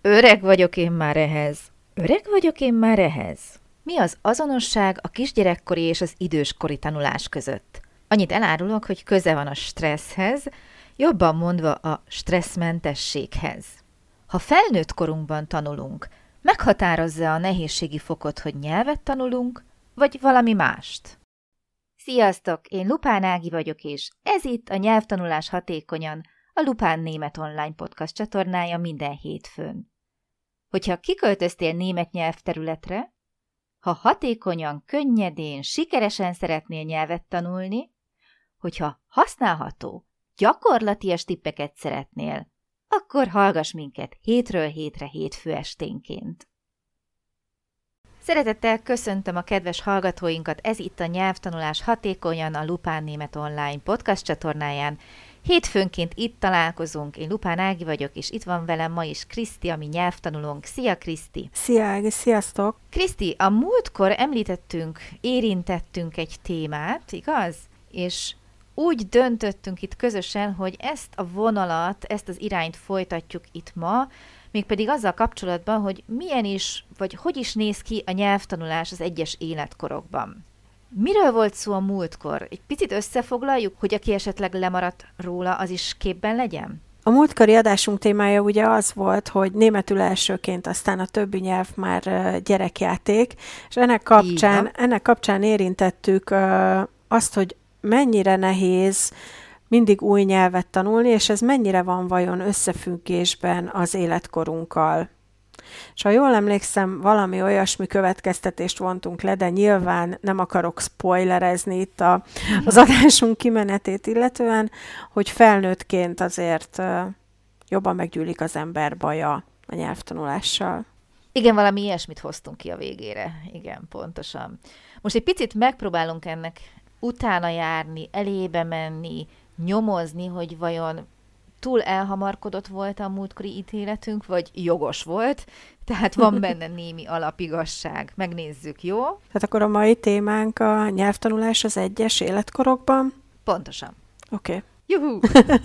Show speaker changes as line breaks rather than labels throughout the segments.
Öreg vagyok én már ehhez. Öreg vagyok én már ehhez. Mi az azonosság a kisgyerekkori és az időskori tanulás között? Annyit elárulok, hogy köze van a stresszhez, jobban mondva a stresszmentességhez. Ha felnőtt korunkban tanulunk, meghatározza a nehézségi fokot, hogy nyelvet tanulunk, vagy valami mást? Sziasztok! Én Lupán Ági vagyok, és ez itt a Nyelvtanulás hatékonyan, a Lupán Német Online Podcast csatornája minden hétfőn. Hogyha kiköltöztél német nyelvterületre, ha hatékonyan, könnyedén, sikeresen szeretnél nyelvet tanulni, hogyha használható, gyakorlatias tippeket szeretnél, akkor hallgass minket hétről hétre hétfő esténként. Szeretettel köszöntöm a kedves hallgatóinkat, ez itt a Nyelvtanulás hatékonyan a Lupán Német Online Podcast csatornáján. Hétfőnként itt találkozunk, én Lupán Ági vagyok, és itt van velem ma is Kriszti, a mi nyelvtanulónk. Szia, Kriszti!
Szia, Ági, sziasztok!
Kriszti, a múltkor érintettünk egy témát, igaz? És úgy döntöttünk itt közösen, hogy ezt a vonalat, ezt az irányt folytatjuk itt ma, mégpedig azzal kapcsolatban, hogy milyen is, vagy hogy is néz ki a nyelvtanulás az egyes életkorokban. Miről volt szó a múltkor? Egy picit összefoglaljuk, hogy aki esetleg lemaradt róla, az is képben legyen?
A múltkori adásunk témája ugye az volt, hogy németül elsőként, aztán a többi nyelv már gyerekjáték, és ennek kapcsán érintettük azt, hogy mennyire nehéz mindig új nyelvet tanulni, és ez mennyire van vajon összefüggésben az életkorunkkal. És ha jól emlékszem, valami olyasmi következtetést vontunk le, de nyilván nem akarok spoilerezni itt az adásunk kimenetét illetően, hogy felnőttként azért jobban meggyűlik az ember baja a nyelvtanulással.
Igen, valami ilyesmit hoztunk ki a végére. Igen, pontosan. Most egy picit megpróbálunk ennek utána járni, elébe menni, nyomozni, hogy vajon túl elhamarkodott volt a múltkori ítéletünk, vagy jogos volt, tehát van benne némi alapigasság. Megnézzük, jó?
Tehát akkor a mai témánk a nyelvtanulás az egyes életkorokban?
Pontosan.
Oké.
Juhú!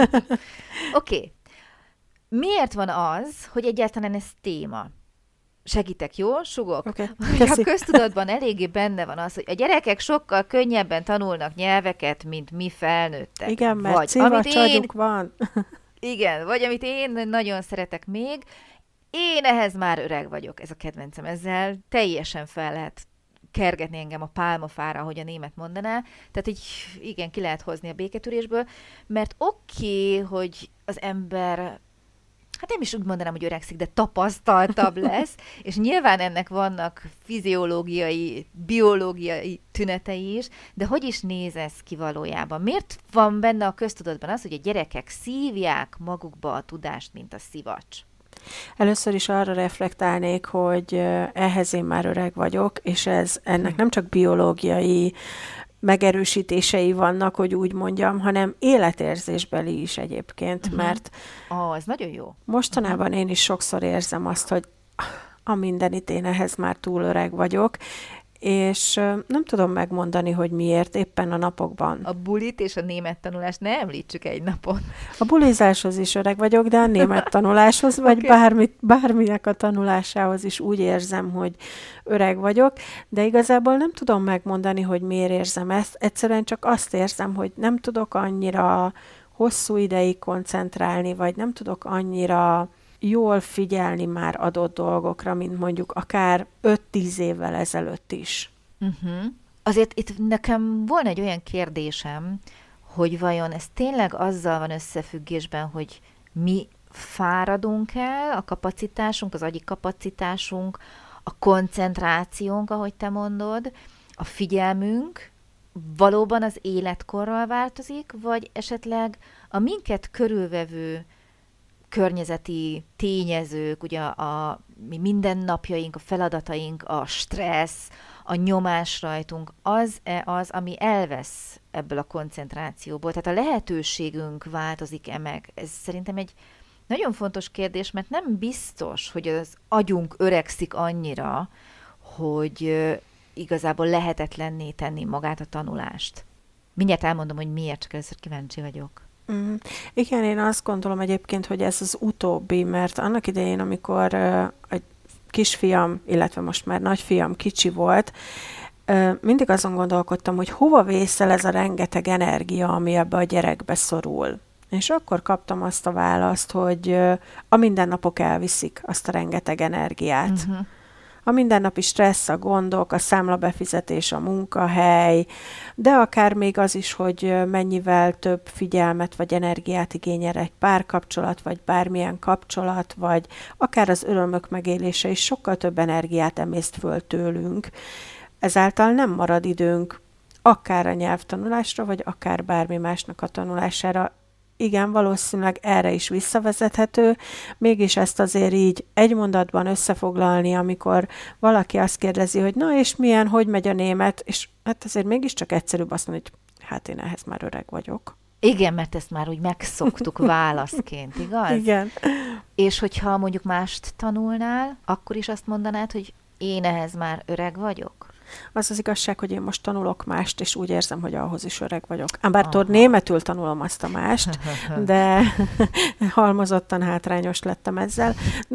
Oké. Miért van az, hogy egyáltalán ez téma? Segítek, jó? Sugok.
Okay.
A köztudatban eléggé benne van az, hogy a gyerekek sokkal könnyebben tanulnak nyelveket, mint mi felnőttek.
Igen, mert civacs van.
Igen, vagy amit én nagyon szeretek még, én ehhez már öreg vagyok, ez a kedvencem. Ezzel teljesen fel lehet kergetni engem a pálmafára, ahogy a német mondaná. Tehát így igen, ki lehet hozni a béketűrésből, mert oké, hogy az ember, hát nem is úgy mondanám, hogy öregszik, de tapasztaltabb lesz, és nyilván ennek vannak fiziológiai, biológiai tünetei is, de hogy is néz ez ki valójában? Miért van benne a köztudatban az, hogy a gyerekek szívják magukba a tudást, mint a szivacs?
Először is arra reflektálnék, hogy ehhez én már öreg vagyok, és ennek nem csak biológiai megerősítései vannak, hogy úgy mondjam, hanem életérzésbeli is egyébként, mert
ez nagyon jó.
Mostanában én is sokszor érzem azt, hogy a mindenit én ehhez már túl öreg vagyok, és nem tudom megmondani, hogy miért éppen a napokban.
A bulit és a német tanulást ne említsük egy napon.
A bulizáshoz is öreg vagyok, de a német tanuláshoz, vagy bárminek a tanulásához is úgy érzem, hogy öreg vagyok, de igazából nem tudom megmondani, hogy miért érzem ezt. Egyszerűen csak azt érzem, hogy nem tudok annyira hosszú ideig koncentrálni, vagy nem tudok annyira jól figyelni már adott dolgokra, mint mondjuk akár 5-10 évvel ezelőtt is.
Azért itt nekem volna egy olyan kérdésem, hogy vajon ez tényleg azzal van összefüggésben, hogy mi fáradunk el, a kapacitásunk, az agyi kapacitásunk, a koncentrációnk, ahogy te mondod, a figyelmünk valóban az életkorral változik, vagy esetleg a minket körülvevő környezeti tényezők, ugye a mi mindennapjaink, a feladataink, a stressz, a nyomás rajtunk, az, ami elvesz ebből a koncentrációból. Tehát a lehetőségünk változik-e meg? Ez szerintem egy nagyon fontos kérdés, mert nem biztos, hogy az agyunk öregszik annyira, hogy igazából lehetetlenné tenni magát a tanulást. Mindjárt elmondom, hogy miért, csak először kíváncsi vagyok.
Mm. Igen, én azt gondolom egyébként, hogy ez az utóbbi, mert annak idején, amikor egy kisfiam, illetve most már nagyfiam kicsi volt, mindig azon gondolkodtam, hogy hova vészel ez a rengeteg energia, ami ebbe a gyerekbe szorul. És akkor kaptam azt a választ, hogy a mindennapok elviszik azt a rengeteg energiát.
Uh-huh.
A mindennapi stressz, a gondok, a számlabefizetés, a munkahely, de akár még az is, hogy mennyivel több figyelmet vagy energiát igényel egy párkapcsolat, vagy bármilyen kapcsolat, vagy akár az örömök megélése is sokkal több energiát emészt föl tőlünk. Ezáltal nem marad időnk akár a nyelvtanulásra, vagy akár bármi másnak a tanulására. Igen, valószínűleg erre is visszavezethető, mégis ezt azért így egy mondatban összefoglalni, amikor valaki azt kérdezi, hogy na és milyen, hogy megy a német, és hát azért mégiscsak egyszerűbb azt mondani, hogy hát én ehhez már öreg vagyok.
Igen, mert ezt már úgy megszoktuk válaszként, igaz?
Igen.
És hogyha mondjuk mást tanulnál, akkor is azt mondanád, hogy én ehhez már öreg vagyok?
Az az igazság, hogy én most tanulok mást, és úgy érzem, hogy ahhoz is öreg vagyok. Ám bár németül tanulom azt a mást, de halmozottan hátrányos lettem ezzel,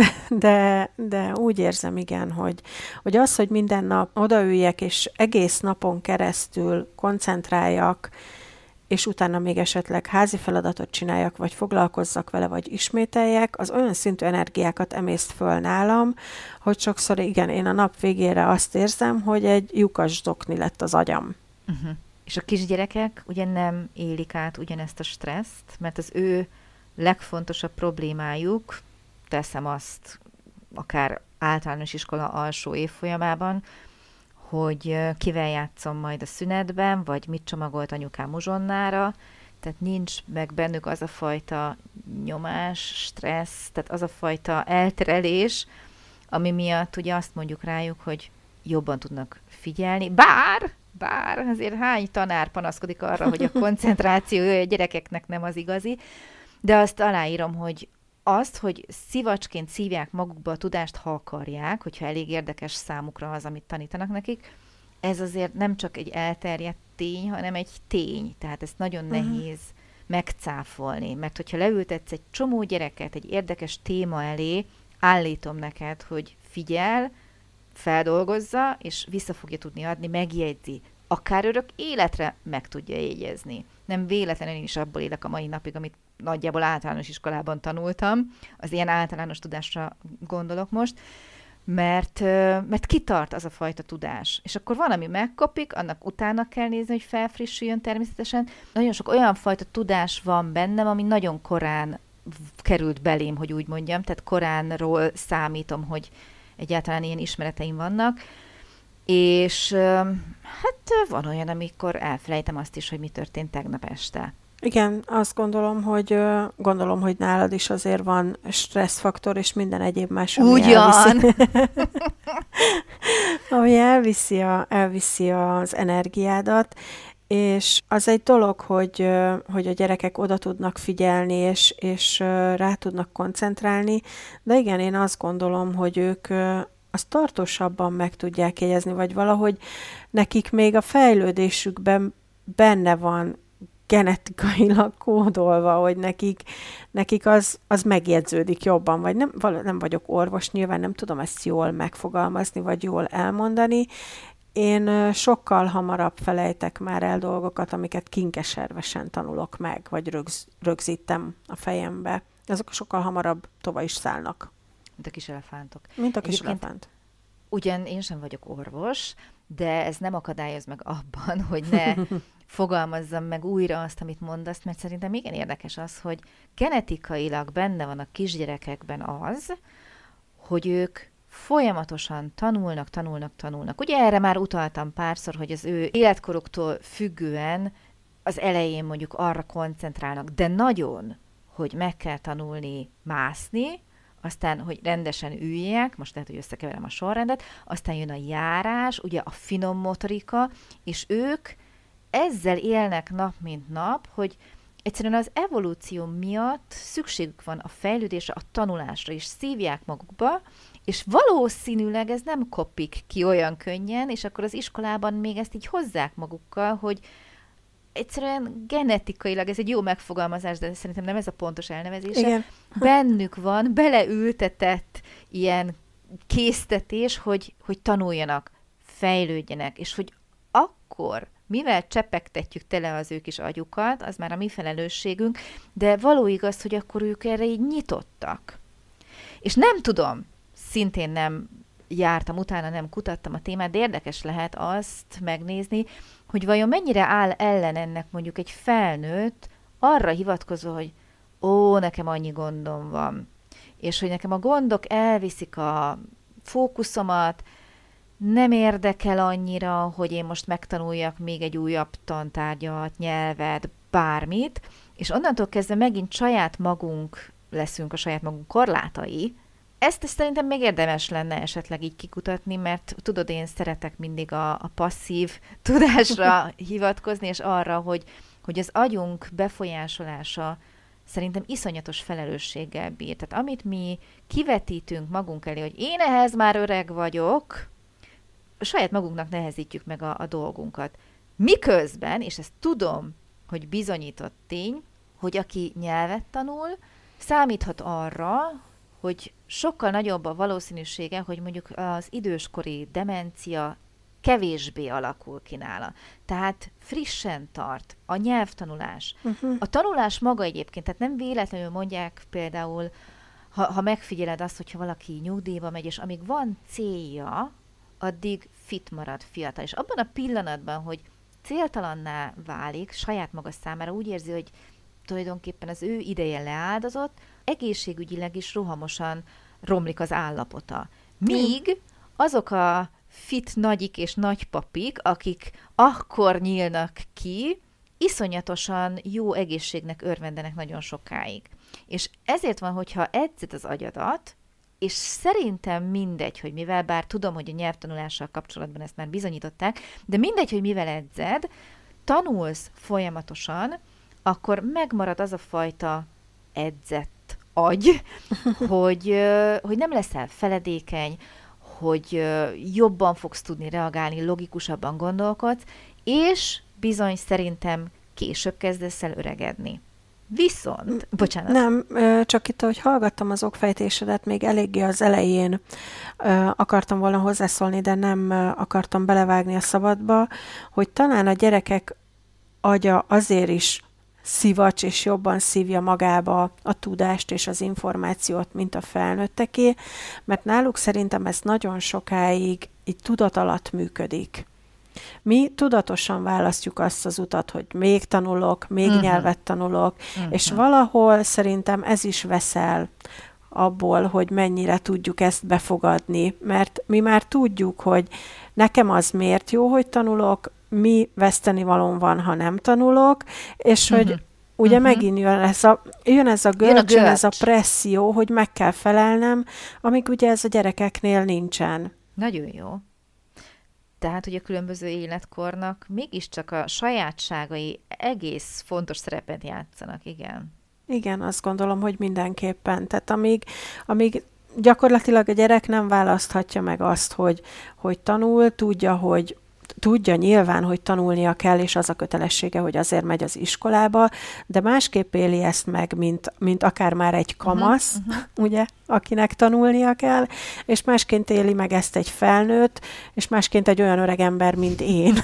de úgy érzem, igen, hogy az, hogy minden nap odaüljek, és egész napon keresztül koncentráljak, és utána még esetleg házi feladatot csináljak, vagy foglalkozzak vele, vagy ismételjek, az olyan szintű energiákat emészt föl nálam, hogy sokszor igen, én a nap végére azt érzem, hogy egy lyukas zokni lett az agyam.
Uh-huh. És a kisgyerekek ugye nem élik át ugyanezt a stresszt, mert az ő legfontosabb problémájuk, teszem azt akár általános iskola alsó évfolyamában, hogy kivel játszom majd a szünetben, vagy mit csomagolt anyukám uzsonnára, tehát nincs meg bennük az a fajta nyomás, stressz, tehát az a fajta elterelés, ami miatt ugye azt mondjuk rájuk, hogy jobban tudnak figyelni, bár azért hány tanár panaszkodik arra, hogy a koncentrációja a gyerekeknek nem az igazi, de azt aláírom, hogy azt, hogy szivacsként szívják magukba a tudást, ha akarják, hogyha elég érdekes számukra az, amit tanítanak nekik, ez azért nem csak egy elterjedt tény, hanem egy tény. Tehát ezt nagyon nehéz megcáfolni, mert hogyha leültetsz egy csomó gyereket egy érdekes téma elé, állítom neked, hogy figyel, feldolgozza, és vissza fogja tudni adni, megjegyzi. Akár örök életre meg tudja jegyezni. Nem véletlenül én is abból élek a mai napig, amit nagyjából általános iskolában tanultam, az ilyen általános tudásra gondolok most, mert kitart az a fajta tudás. És akkor van, ami megkopik, annak utána kell nézni, hogy felfrissüljön természetesen. Nagyon sok olyan fajta tudás van bennem, ami nagyon korán került belém, hogy úgy mondjam, tehát koránról számítom, hogy egyáltalán ilyen ismereteim vannak, és hát van olyan, amikor elfelejtem azt is, hogy mi történt tegnap este.
Igen, azt gondolom, hogy nálad is azért van stresszfaktor, és minden egyéb más, ami elviszi az energiádat, és az egy dolog, hogy a gyerekek oda tudnak figyelni, és rá tudnak koncentrálni, de igen, én azt gondolom, hogy ők azt tartósabban meg tudják jegyezni, vagy valahogy nekik még a fejlődésükben benne van genetikailag kódolva, hogy nekik az megjegyződik jobban, vagy nem vagyok orvos, nyilván nem tudom ezt jól megfogalmazni, vagy jól elmondani. Én sokkal hamarabb felejtek már el dolgokat, amiket kinkeservesen tanulok meg, vagy rögzítem a fejembe. Azok sokkal hamarabb tova is szállnak.
Mint a kis elefántok.
Mint a kis elefánt.
Ugyan én sem vagyok orvos, de ez nem akadályoz meg abban, hogy ne fogalmazzam meg újra azt, amit mondasz, mert szerintem igen érdekes az, hogy genetikailag benne van a kisgyerekekben az, hogy ők folyamatosan tanulnak. Ugye erre már utaltam párszor, hogy az ő életkoruktól függően az elején mondjuk arra koncentrálnak, de nagyon, hogy meg kell tanulni mászni, aztán, hogy rendesen üljek, most lehet, hogy összekeverem a sorrendet, aztán jön a járás, ugye a finom motorika, és ők ezzel élnek nap mint nap, hogy egyszerűen az evolúció miatt szükségük van a fejlődésre, a tanulásra, és szívják magukba, és valószínűleg ez nem kopik ki olyan könnyen, és akkor az iskolában még ezt így hozzák magukkal, hogy egyszerűen genetikailag, ez egy jó megfogalmazás, de szerintem nem ez a pontos elnevezése,
Igen.
bennük van, beleültetett ilyen késztetés, hogy tanuljanak, fejlődjenek, és hogy akkor, mivel csepegtetjük tele az ő kis agyukat, az már a mi felelősségünk, de való igaz, hogy akkor ők erre így nyitottak. És nem tudom, szintén nem jártam utána, nem kutattam a témát, de érdekes lehet azt megnézni, hogy vajon mennyire áll ellen ennek mondjuk egy felnőtt arra hivatkozva, hogy nekem annyi gondom van, és hogy nekem a gondok elviszik a fókuszomat, nem érdekel annyira, hogy én most megtanuljak még egy újabb tantárgyat, nyelvet, bármit, és onnantól kezdve megint saját magunk leszünk a saját magunk korlátai. Ezt szerintem még érdemes lenne esetleg így kikutatni, mert tudod, én szeretek mindig a passzív tudásra hivatkozni, és arra, hogy az agyunk befolyásolása szerintem iszonyatos felelősséggel bír. Tehát amit mi kivetítünk magunk elé, hogy én ehhez már öreg vagyok, saját magunknak nehezítjük meg a dolgunkat. Miközben, és ezt tudom, hogy bizonyított tény, hogy aki nyelvet tanul, számíthat arra, hogy sokkal nagyobb a valószínűsége, hogy mondjuk az időskori demencia kevésbé alakul ki nála. Tehát frissen tart a nyelvtanulás. A tanulás maga egyébként, tehát nem véletlenül mondják például, ha megfigyeled azt, hogyha valaki nyugdíjba megy, és amíg van célja, addig fit marad, fiatal. És abban a pillanatban, hogy céltalanná válik saját maga számára, úgy érzi, hogy tulajdonképpen az ő ideje leáldozott, egészségügyileg is rohamosan romlik az állapota. Míg azok a fit nagyik és nagypapik, akik akkor nyílnak ki, iszonyatosan jó egészségnek örvendenek nagyon sokáig. És ezért van, hogyha edzed az agyadat, és szerintem mindegy, hogy mivel, bár tudom, hogy a nyelvtanulással kapcsolatban ezt már bizonyították, de mindegy, hogy mivel edzed, tanulsz folyamatosan, akkor megmarad az a fajta edzett agy, hogy nem leszel feledékeny, hogy jobban fogsz tudni reagálni, logikusabban gondolkodsz, és bizony szerintem később kezdesz el öregedni. Viszont, bocsánat.
Nem, csak itt, ahogy hallgattam az okfejtésedet, még eléggé az elején akartam volna hozzászólni, de nem akartam belevágni a szabadba, hogy talán a gyerekek agya azért is szivacs és jobban szívja magába a tudást és az információt, mint a felnőtteké, mert náluk szerintem ez nagyon sokáig így tudat alatt működik. Mi tudatosan választjuk azt az utat, hogy még tanulok, még nyelvet tanulok, és valahol szerintem ez is veszel abból, hogy mennyire tudjuk ezt befogadni, mert mi már tudjuk, hogy nekem az miért jó, hogy tanulok, mi vesztenivalóm van, ha nem tanulok, és hogy ugye megint jön ez a görcs, ez a presszió, hogy meg kell felelnem, amíg ugye ez a gyerekeknél nincsen.
Nagyon jó. Tehát, hogy a különböző életkornak mégiscsak a sajátságai egész fontos szerepet játszanak, igen.
Igen, azt gondolom, hogy mindenképpen. Tehát amíg gyakorlatilag a gyerek nem választhatja meg azt, hogy tanul, tudja nyilván, hogy tanulnia kell, és az a kötelessége, hogy azért megy az iskolába, de másképp éli ezt meg, mint akár már egy kamasz, ugye, akinek tanulnia kell, és másként éli meg ezt egy felnőtt, és másként egy olyan öreg ember, mint én.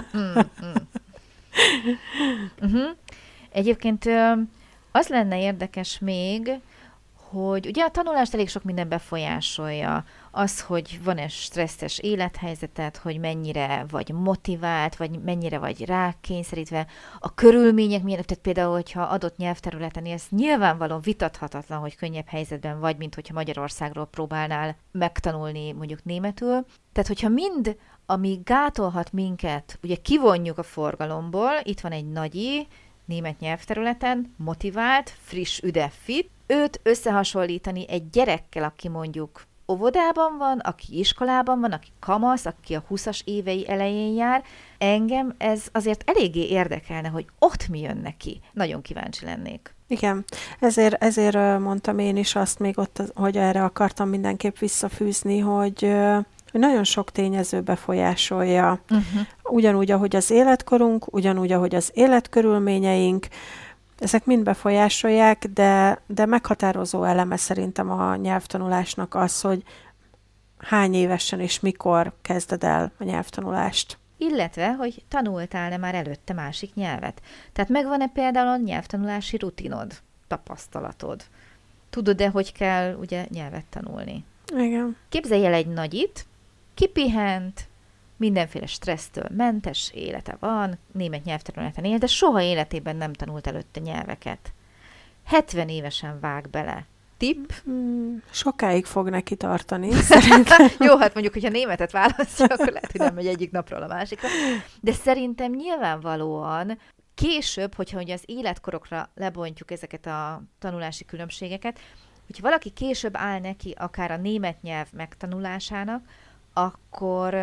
Egyébként az lenne érdekes még, hogy ugye a tanulást elég sok minden befolyásolja. Az, hogy van-e stresszes élethelyzeted, hogy mennyire vagy motivált, vagy mennyire vagy rákényszerítve, a körülmények milyenek, tehát például, hogyha adott nyelvterületen élsz, nyilvánvalóan vitathatatlan, hogy könnyebb helyzetben vagy, mint hogyha Magyarországról próbálnál megtanulni mondjuk németül. Tehát, hogyha mind, ami gátolhat minket, ugye kivonjuk a forgalomból, itt van egy nagyi, német nyelvterületen, motivált, friss, üde, fit, őt összehasonlítani egy gyerekkel, aki mondjuk óvodában van, aki iskolában van, aki kamasz, aki a 20-as évei elején jár, engem ez azért eléggé érdekelne, hogy ott mi jön neki. Nagyon kíváncsi lennék.
Igen, ezért mondtam én is azt még ott, hogy erre akartam mindenképp visszafűzni, hogy nagyon sok tényező befolyásolja ugyanúgy, ahogy az életkorunk, ugyanúgy, ahogy az életkörülményeink, ezek mind befolyásolják, de meghatározó eleme szerintem a nyelvtanulásnak az, hogy hány évesen és mikor kezded el a nyelvtanulást.
Illetve, hogy tanultál-e már előtte másik nyelvet. Tehát megvan-e például a nyelvtanulási rutinod, tapasztalatod? Tudod-e, hogy kell ugye nyelvet tanulni?
Igen.
Képzelj el egy nagyit, kipihent, mindenféle stressztől mentes élete van, német nyelvterületen él, de soha életében nem tanult előtte nyelveket. 70 évesen vág bele. Tipp?
Sokáig fog neki tartani, szerintem.
Jó, hát mondjuk, hogyha németet választja, akkor lehet, hogy nem megy egyik napról a másikra. De szerintem nyilvánvalóan később, hogyha ugye az életkorokra lebontjuk ezeket a tanulási különbségeket, hogyha valaki később áll neki akár a német nyelv megtanulásának, akkor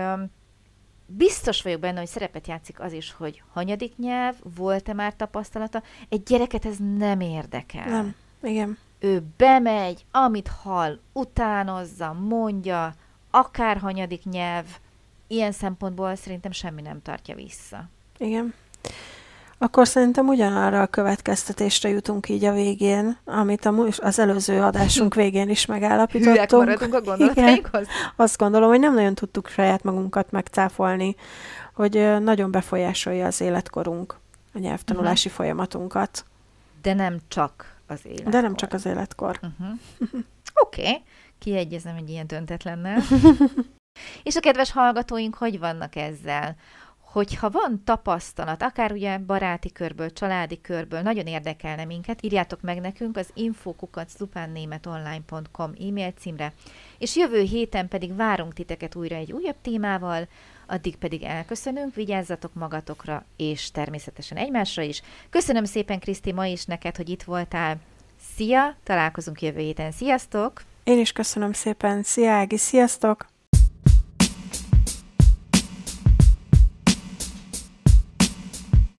biztos vagyok benne, hogy szerepet játszik az is, hogy hanyadik nyelv, volt-e már tapasztalata. Egy gyereket ez nem érdekel.
Nem, igen.
Ő bemegy, amit hall, utánozza, mondja, akár hanyadik nyelv, ilyen szempontból szerintem semmi nem tartja vissza.
Igen. Akkor szerintem ugyanarra a következtetésre jutunk így a végén, amit az előző adásunk végén is megállapítottunk.
Hülyek maradunk a gondolatainkhoz?
Azt gondolom, hogy nem nagyon tudtuk saját magunkat megcáfolni, hogy nagyon befolyásolja az életkorunk, a nyelvtanulási folyamatunkat.
De nem csak az életkor.
De nem csak az életkor.
Oké, kiegyezem egy ilyen döntetlennel. És a kedves hallgatóink hogy vannak ezzel? Hogyha van tapasztalat, akár ugye baráti körből, családi körből, nagyon érdekelne minket, írjátok meg nekünk az info@lupánnémetonline.com e-mail címre, és jövő héten pedig várunk titeket újra egy újabb témával, addig pedig elköszönünk, vigyázzatok magatokra, és természetesen egymásra is. Köszönöm szépen, Kriszti, ma is neked, hogy itt voltál. Szia, találkozunk jövő héten. Sziasztok!
Én is köszönöm szépen. Szia, Ági, sziasztok!